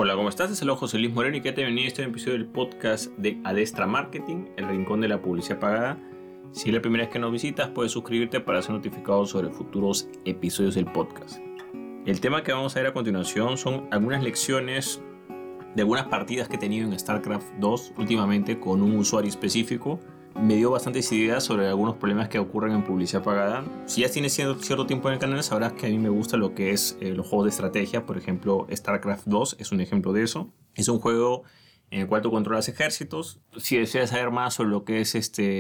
Hola, ¿cómo estás? Es el José Luis Moreno y que te venía este episodio del podcast de Adestra Marketing, el rincón de la publicidad pagada. Si es la primera vez que nos visitas, puedes suscribirte para ser notificado sobre futuros episodios del podcast. El tema que vamos a ver a continuación son algunas lecciones de algunas partidas que he tenido en StarCraft 2 últimamente con un usuario específico. Me dio bastantes ideas sobre algunos problemas que ocurren en publicidad pagada. Si ya tienes cierto tiempo en el canal, sabrás que a mí me gusta lo que es los juegos de estrategia. Por ejemplo, StarCraft 2 es un ejemplo de eso. Es un juego en el cual tú controlas ejércitos. Si deseas saber más sobre lo que es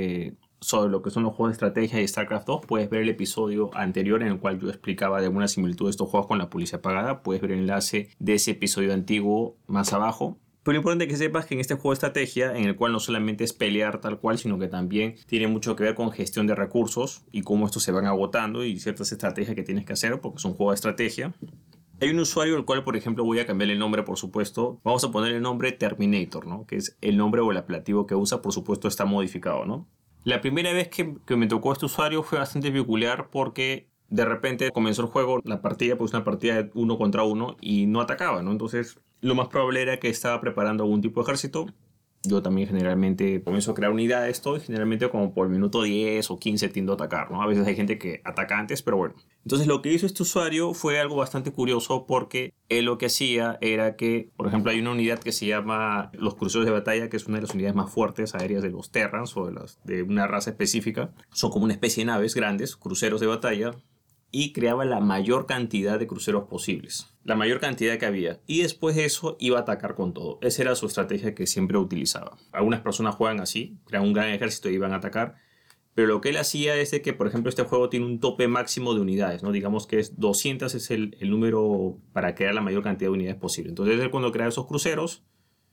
sobre lo que son los juegos de estrategia y StarCraft 2, puedes ver el episodio anterior en el cual yo explicaba de alguna similitud de estos juegos con la publicidad pagada. Puedes ver el enlace de ese episodio antiguo más abajo. Pero lo importante es que sepas que en este juego de estrategia, en el cual no solamente es pelear tal cual, sino que también tiene mucho que ver con gestión de recursos y cómo estos se van agotando y ciertas estrategias que tienes que hacer, porque es un juego de estrategia. Hay un usuario al cual, por ejemplo, voy a cambiar el nombre, por supuesto. Vamos a poner el nombre Terminator, ¿no? Que es el nombre o el apelativo que usa, por supuesto está modificado, ¿no? La primera vez que me tocó este usuario fue bastante peculiar porque de repente comenzó el juego, la partida, pues una partida de 1 contra 1 y no atacaba, ¿no? Entonces lo más probable era que estaba preparando algún tipo de ejército. Yo también generalmente comienzo a crear unidades, todo, y generalmente como por el minuto 10 o 15 tiendo a atacar, ¿no? A veces hay gente que ataca antes, pero bueno. Entonces lo que hizo este usuario fue algo bastante curioso porque él lo que hacía era que, por ejemplo, hay una unidad que se llama los cruceros de batalla, que es una de las unidades más fuertes aéreas de los Terrans o de una raza específica. Son como una especie de naves grandes, cruceros de batalla, y creaba la mayor cantidad de cruceros posibles, la mayor cantidad que había, y después de eso iba a atacar con todo. Esa era su estrategia que siempre utilizaba. Algunas personas juegan así, crean un gran ejército y iban a atacar, pero lo que él hacía es de que, por ejemplo, este juego tiene un tope máximo de unidades, ¿no? Digamos que 200 es el número para crear la mayor cantidad de unidades posible. Entonces él, cuando crea esos cruceros,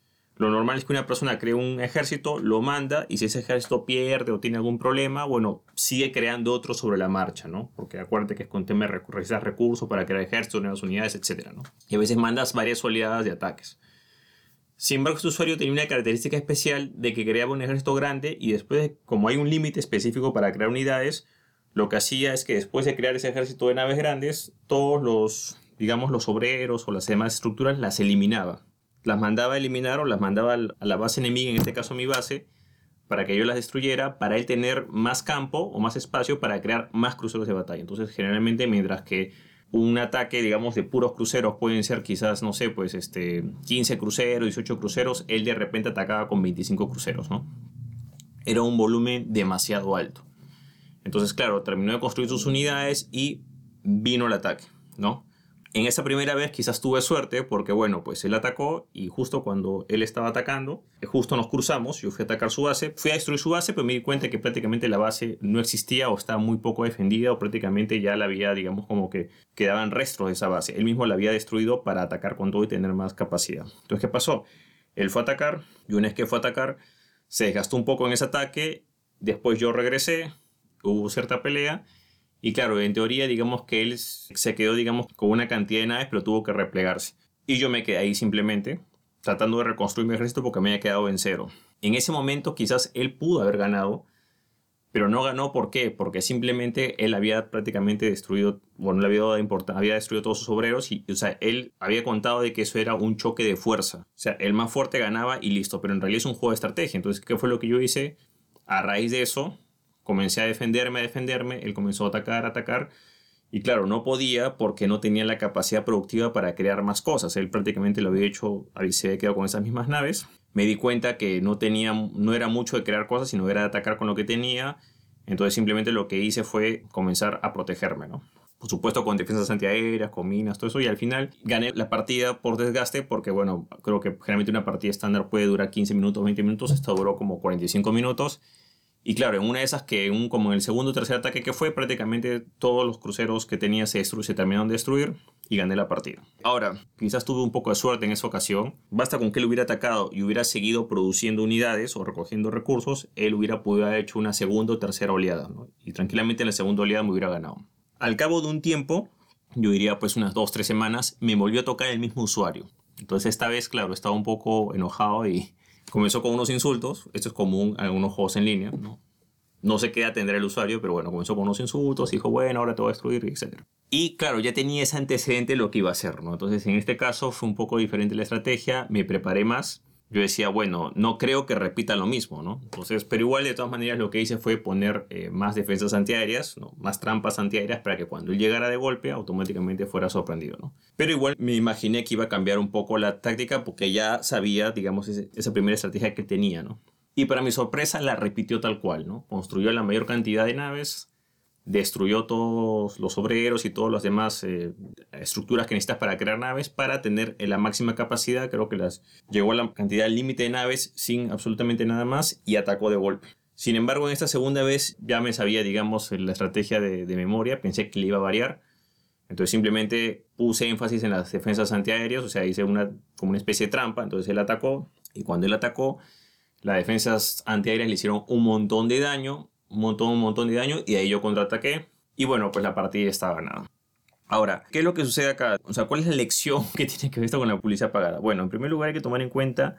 lo normal es que una persona cree un ejército, lo manda, y si ese ejército pierde o tiene algún problema, bueno, sigue creando otro sobre la marcha, ¿no? Porque acuérdate que es con tema de recursos para crear ejércitos, nuevas unidades, etc., ¿no? Y a veces mandas varias oleadas de ataques. Sin embargo, este usuario tenía una característica especial de que creaba un ejército grande y después, como hay un límite específico para crear unidades, lo que hacía es que después de crear ese ejército de naves grandes, todos los obreros o las demás estructuras las eliminaba. Las mandaba a eliminar o las mandaba a la base enemiga, en este caso mi base, para que yo las destruyera, para él tener más campo o más espacio para crear más cruceros de batalla. Entonces, generalmente, mientras que un ataque, digamos, de puros cruceros pueden ser quizás, no sé, pues 15 cruceros, 18 cruceros, él de repente atacaba con 25 cruceros, ¿no? Era un volumen demasiado alto. Entonces, claro, terminó de construir sus unidades y vino el ataque, ¿no? En esa primera vez quizás tuve suerte porque, bueno, pues él atacó y justo cuando él estaba atacando, justo nos cruzamos, yo fui a atacar su base, fui a destruir su base, pero me di cuenta que prácticamente la base no existía o estaba muy poco defendida o prácticamente ya la había, digamos, como que quedaban restos de esa base. Él mismo la había destruido para atacar con todo y tener más capacidad. Entonces, ¿qué pasó? Él fue a atacar, y una vez que fue a atacar, se desgastó un poco en ese ataque, después yo regresé, hubo cierta pelea. Y claro, en teoría, digamos que él se quedó, digamos, con una cantidad de naves, pero tuvo que replegarse. Y yo me quedé ahí simplemente, tratando de reconstruir mi ejército porque me había quedado en cero. En ese momento quizás él pudo haber ganado, pero no ganó. ¿Por qué? Porque simplemente él había prácticamente destruido, bueno, no le había dado importancia, había destruido todos sus obreros y, o sea, él había contado de que eso era un choque de fuerza. O sea, el más fuerte ganaba y listo, pero en realidad es un juego de estrategia. Entonces, ¿qué fue lo que yo hice? A raíz de eso, comencé a defenderme, él comenzó a atacar, y claro, no podía porque no tenía la capacidad productiva para crear más cosas. Él prácticamente lo había hecho, se había quedado con esas mismas naves. Me di cuenta que no era mucho de crear cosas, sino era de atacar con lo que tenía. Entonces simplemente lo que hice fue comenzar a protegerme, ¿no? Por supuesto con defensas antiaéreas, con minas, todo eso, y al final gané la partida por desgaste porque, bueno, creo que generalmente una partida estándar puede durar 15 minutos, 20 minutos, esto duró como 45 minutos. Y claro, en una de esas como en el segundo o tercer ataque que fue, prácticamente todos los cruceros que tenía se terminaron de destruir y gané la partida. Ahora, quizás tuve un poco de suerte en esa ocasión. Basta con que él hubiera atacado y hubiera seguido produciendo unidades o recogiendo recursos, él hubiera podido haber hecho una segunda o tercera oleada, ¿no? Y tranquilamente en la segunda oleada me hubiera ganado. Al cabo de un tiempo, yo diría pues unas 2-3 semanas, me volvió a tocar el mismo usuario. Entonces esta vez, claro, estaba un poco enojado y comenzó con unos insultos. Esto es común en algunos juegos en línea, ¿no? No sé qué edad tendrá el usuario, pero bueno, comenzó con unos insultos, dijo, bueno, ahora te voy a destruir, etc. Y claro, ya tenía ese antecedente de lo que iba a hacer, ¿no? Entonces, en este caso fue un poco diferente la estrategia, me preparé más. Yo decía, bueno, no creo que repita lo mismo, ¿no? Entonces, pero igual de todas maneras lo que hice fue poner más defensas antiaéreas, ¿no? Más trampas antiaéreas para que cuando él llegara de golpe automáticamente fuera sorprendido, ¿no? Pero igual me imaginé que iba a cambiar un poco la táctica porque ya sabía, digamos, esa primera estrategia que tenía, ¿no? Y para mi sorpresa la repitió tal cual, ¿no? Construyó la mayor cantidad de naves, destruyó todos los obreros y todas las demás estructuras que necesitas para crear naves para tener la máxima capacidad. Creo que llegó a la cantidad límite de naves sin absolutamente nada más y atacó de golpe. Sin embargo, en esta segunda vez ya me sabía, digamos, la estrategia de memoria. Pensé que le iba a variar. Entonces simplemente puse énfasis en las defensas antiaéreas, o sea, hice como una especie de trampa. Entonces él atacó y cuando él atacó, las defensas antiaéreas le hicieron un montón de daño. Un montón de daño y ahí yo contraataqué y bueno, pues la partida estaba ganada. Ahora, ¿qué es lo que sucede acá? O sea, ¿cuál es la lección que tiene que ver esto con la publicidad pagada? Bueno, en primer lugar hay que tomar en cuenta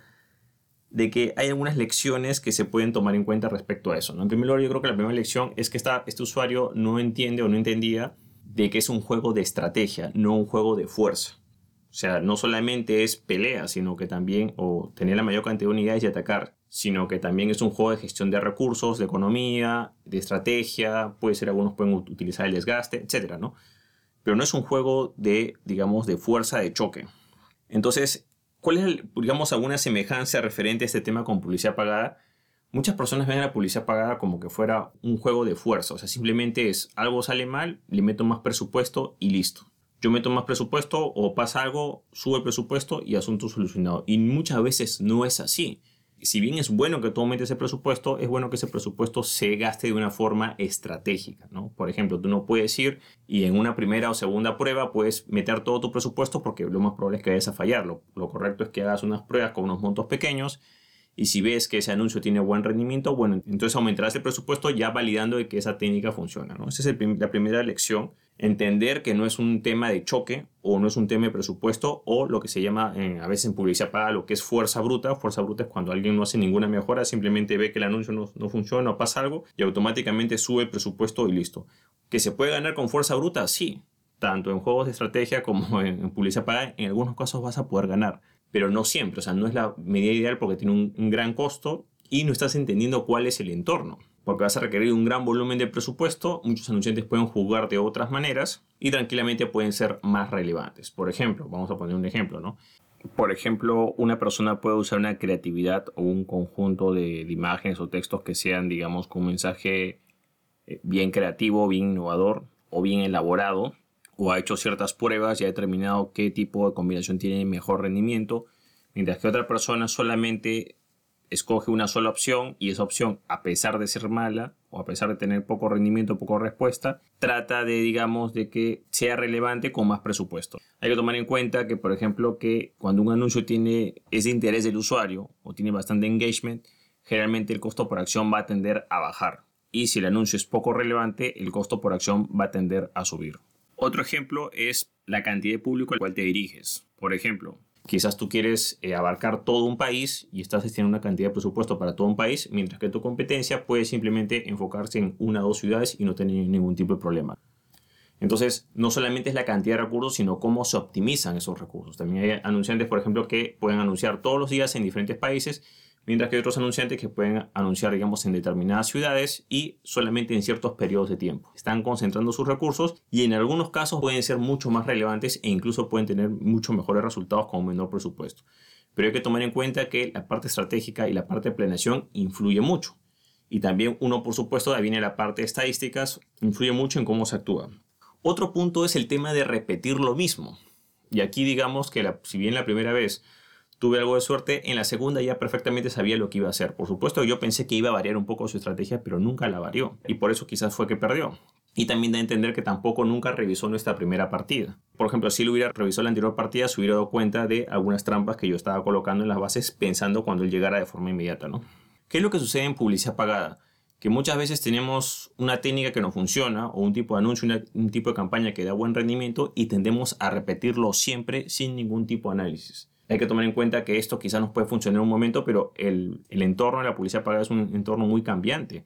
de que hay algunas lecciones que se pueden tomar en cuenta respecto a eso, ¿no? En primer lugar, yo creo que la primera lección es que este usuario no entiende o no entendía de que es un juego de estrategia, no un juego de fuerza. O sea, no solamente es pelea, sino que también, o tener la mayor cantidad de unidades y atacar, sino que también es un juego de gestión de recursos, de economía, de estrategia, puede ser algunos pueden utilizar el desgaste, etcétera, ¿no? Pero no es un juego de, digamos, de fuerza de choque. Entonces, ¿cuál es, digamos, alguna semejanza referente a este tema con publicidad pagada? Muchas personas ven a la publicidad pagada como que fuera un juego de fuerza, o sea, simplemente es algo sale mal, le meto más presupuesto y listo. Yo meto más presupuesto o pasa algo, sube el presupuesto y asunto solucionado. Y muchas veces no es así. Si bien es bueno que tú aumentes ese presupuesto, es bueno que ese presupuesto se gaste de una forma estratégica, ¿no? Por ejemplo, tú no puedes ir y en una primera o segunda prueba puedes meter todo tu presupuesto porque lo más probable es que vayas a fallar. Lo correcto es que hagas unas pruebas con unos montos pequeños y si ves que ese anuncio tiene buen rendimiento, bueno, entonces aumentarás el presupuesto ya validando de que esa técnica funciona, ¿no? Esa es la primera lección. Entender que no es un tema de choque o no es un tema de presupuesto o lo que se llama a veces en publicidad pagada lo que es fuerza bruta. Fuerza bruta es cuando alguien no hace ninguna mejora, simplemente ve que el anuncio no funciona o pasa algo y automáticamente sube el presupuesto y listo. ¿Que se puede ganar con fuerza bruta? Sí. Tanto en juegos de estrategia como en publicidad pagada, en algunos casos vas a poder ganar, pero no siempre. O sea, no es la medida ideal porque tiene un gran costo y no estás entendiendo cuál es el entorno. Porque vas a requerir un gran volumen de presupuesto, muchos anunciantes pueden jugar de otras maneras y tranquilamente pueden ser más relevantes. Por ejemplo, vamos a poner un ejemplo, ¿no? Por ejemplo, una persona puede usar una creatividad o un conjunto de imágenes o textos que sean, digamos, con un mensaje bien creativo, bien innovador o bien elaborado, o ha hecho ciertas pruebas y ha determinado qué tipo de combinación tiene mejor rendimiento, mientras que otra persona solamente escoge una sola opción y esa opción, a pesar de ser mala o a pesar de tener poco rendimiento, poca respuesta, trata de, digamos, de que sea relevante con más presupuesto. Hay que tomar en cuenta que, por ejemplo, que cuando un anuncio es de interés del usuario o tiene bastante engagement, generalmente el costo por acción va a tender a bajar. Y si el anuncio es poco relevante, el costo por acción va a tender a subir. Otro ejemplo es la cantidad de público al cual te diriges. Por ejemplo, quizás tú quieres abarcar todo un país y estás destinando una cantidad de presupuesto para todo un país, mientras que tu competencia puede simplemente enfocarse en una o dos ciudades y no tener ningún tipo de problema. Entonces, no solamente es la cantidad de recursos, sino cómo se optimizan esos recursos. También hay anunciantes, por ejemplo, que pueden anunciar todos los días en diferentes países, mientras que hay otros anunciantes que pueden anunciar, digamos, en determinadas ciudades y solamente en ciertos periodos de tiempo. Están concentrando sus recursos y en algunos casos pueden ser mucho más relevantes e incluso pueden tener mucho mejores resultados con un menor presupuesto. Pero hay que tomar en cuenta que la parte estratégica y la parte de planeación influye mucho. Y también uno, por supuesto, ahí viene la parte de estadísticas, influye mucho en cómo se actúa. Otro punto es el tema de repetir lo mismo. Y aquí digamos que si bien la primera vez tuve algo de suerte, en la segunda ya perfectamente sabía lo que iba a hacer. Por supuesto, yo pensé que iba a variar un poco su estrategia, pero nunca la varió. Y por eso quizás fue que perdió. Y también da a entender que tampoco nunca revisó nuestra primera partida. Por ejemplo, si él hubiera revisado la anterior partida, se hubiera dado cuenta de algunas trampas que yo estaba colocando en las bases pensando cuando él llegara de forma inmediata, ¿no? ¿Qué es lo que sucede en publicidad pagada? Que muchas veces tenemos una técnica que no funciona o un tipo de anuncio, un tipo de campaña que da buen rendimiento y tendemos a repetirlo siempre sin ningún tipo de análisis. Hay que tomar en cuenta que esto quizás nos puede funcionar en un momento, pero el entorno de la publicidad pagada es un entorno muy cambiante. O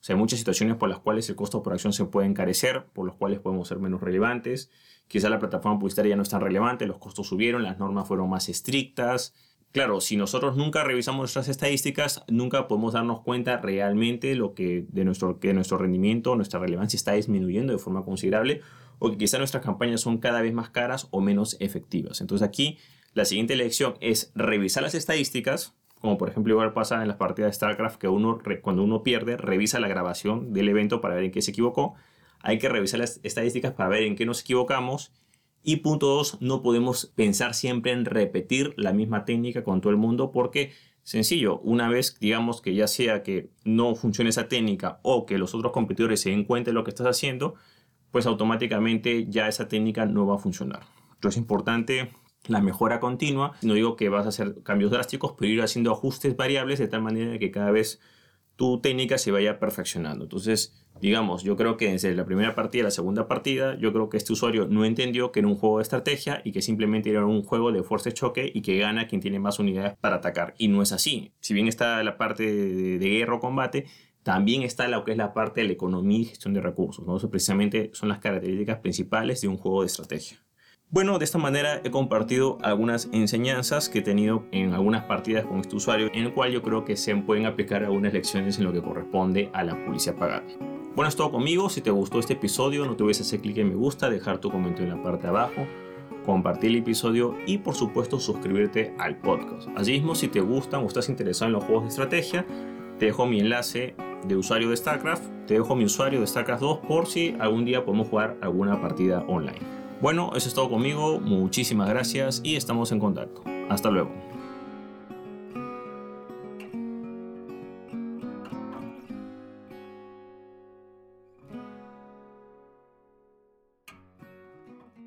sea, hay muchas situaciones por las cuales el costo por acción se puede encarecer, por los cuales podemos ser menos relevantes. Quizá la plataforma publicitaria ya no es tan relevante, los costos subieron, las normas fueron más estrictas. Claro, si nosotros nunca revisamos nuestras estadísticas, nunca podemos darnos cuenta realmente que nuestro rendimiento, nuestra relevancia está disminuyendo de forma considerable, o que quizá nuestras campañas son cada vez más caras o menos efectivas. Entonces aquí la siguiente lección es revisar las estadísticas, como por ejemplo igual pasa en las partidas de StarCraft, que cuando uno pierde, revisa la grabación del evento para ver en qué se equivocó. Hay que revisar las estadísticas para ver en qué nos equivocamos. Y punto 2, no podemos pensar siempre en repetir la misma técnica con todo el mundo, porque sencillo, una vez digamos que ya sea que no funcione esa técnica o que los otros competidores se den cuenta de lo que estás haciendo, pues automáticamente ya esa técnica no va a funcionar. Entonces es importante la mejora continua. No digo que vas a hacer cambios drásticos, pero ir haciendo ajustes variables de tal manera que cada vez tu técnica se vaya perfeccionando. Entonces, digamos, yo creo que desde la primera partida a la segunda partida, yo creo que este usuario no entendió que era un juego de estrategia y que simplemente era un juego de fuerza de choque y que gana quien tiene más unidades para atacar. Y no es así. Si bien está la parte de guerra o combate, también está lo que es la parte de la economía y gestión de recursos, ¿no? Eso precisamente son las características principales de un juego de estrategia. Bueno, de esta manera he compartido algunas enseñanzas que he tenido en algunas partidas con este usuario, en el cual yo creo que se pueden aplicar algunas lecciones en lo que corresponde a la publicidad pagada. Bueno, es todo conmigo. Si te gustó este episodio, no te olvides hacer clic en me gusta, dejar tu comentario en la parte de abajo, compartir el episodio y por supuesto suscribirte al podcast. Asimismo, si te gustan o estás interesado en los juegos de estrategia, te dejo mi enlace de usuario de StarCraft, te dejo mi usuario de StarCraft 2 por si algún día podemos jugar alguna partida online. Bueno, eso es todo conmigo, muchísimas gracias y estamos en contacto. Hasta luego.